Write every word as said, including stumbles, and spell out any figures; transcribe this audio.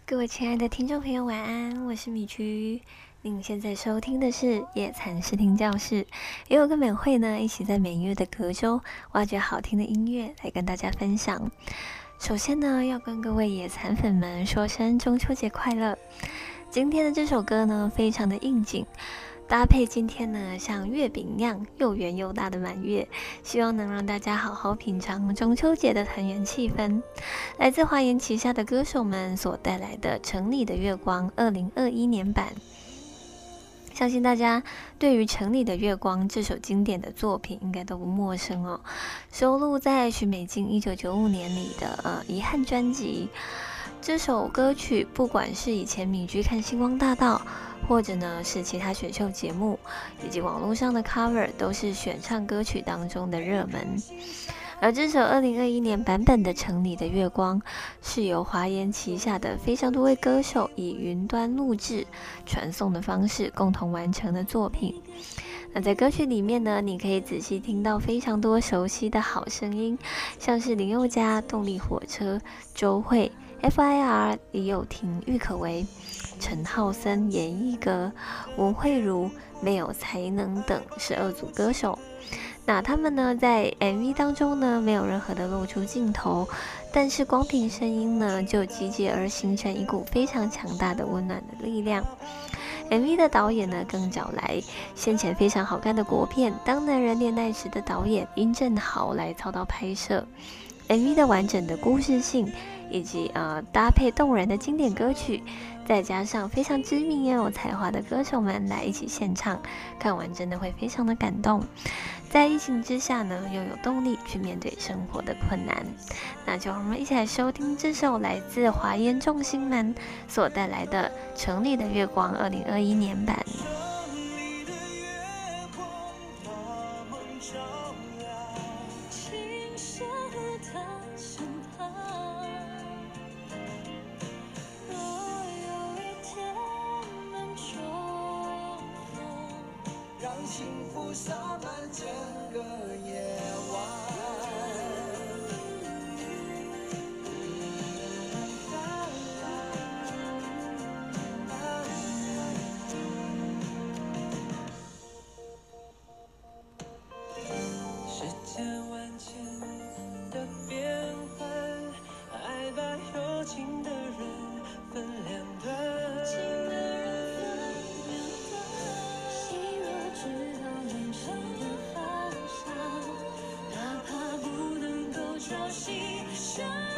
各位亲爱的听众朋友，晚安，我是米菊。您现在收听的是野餐视听教室，也有个美会呢，一起在每月的隔周挖掘好听的音乐来跟大家分享。首先呢，要跟各位野餐粉们说声中秋节快乐。今天的这首歌呢，非常的应景，搭配今天呢像月饼一样又圆又大的满月，希望能让大家好好品尝中秋节的团圆气氛。来自华研旗下的歌手们所带来的《城里的月光》二零二一年版，相信大家对于《城里的月光》这首经典的作品应该都不陌生哦。收录在许美静一九九五年里的呃遗憾专辑。这首歌曲不管是以前米居看星光大道，或者呢是其他选秀节目以及网络上的 cover， 都是选唱歌曲当中的热门。而这首二零二一年版本的《城里的月光》是由华研旗下的非常多位歌手以云端录制传送的方式共同完成的作品。那在歌曲里面呢，你可以仔细听到非常多熟悉的好声音，像是林宥嘉、动力火车、周蕙、F I R、李友廷、郁可唯、陈浩森、严艺格、文慧茹、没有才能等十二组歌手。那他们呢，在 M V 当中呢，没有任何的露出镜头，但是光凭声音呢，就集结而形成一股非常强大的温暖的力量。M V 的导演呢，更找来先前非常好看的国片《当男人恋爱时》的导演殷振豪来操刀拍摄。M V 的完整的故事性，以及呃搭配动人的经典歌曲，再加上非常知名也有才华的歌手们来一起献唱，看完真的会非常的感动。在疫情之下呢，又有动力去面对生活的困难。那就让我们一起来收听这首来自华研众星们所带来的《城里的月光》二零二一年版。 幸福洒满整个夜晚，世间万千的变幻，爱把有情的人分两端。朝夕相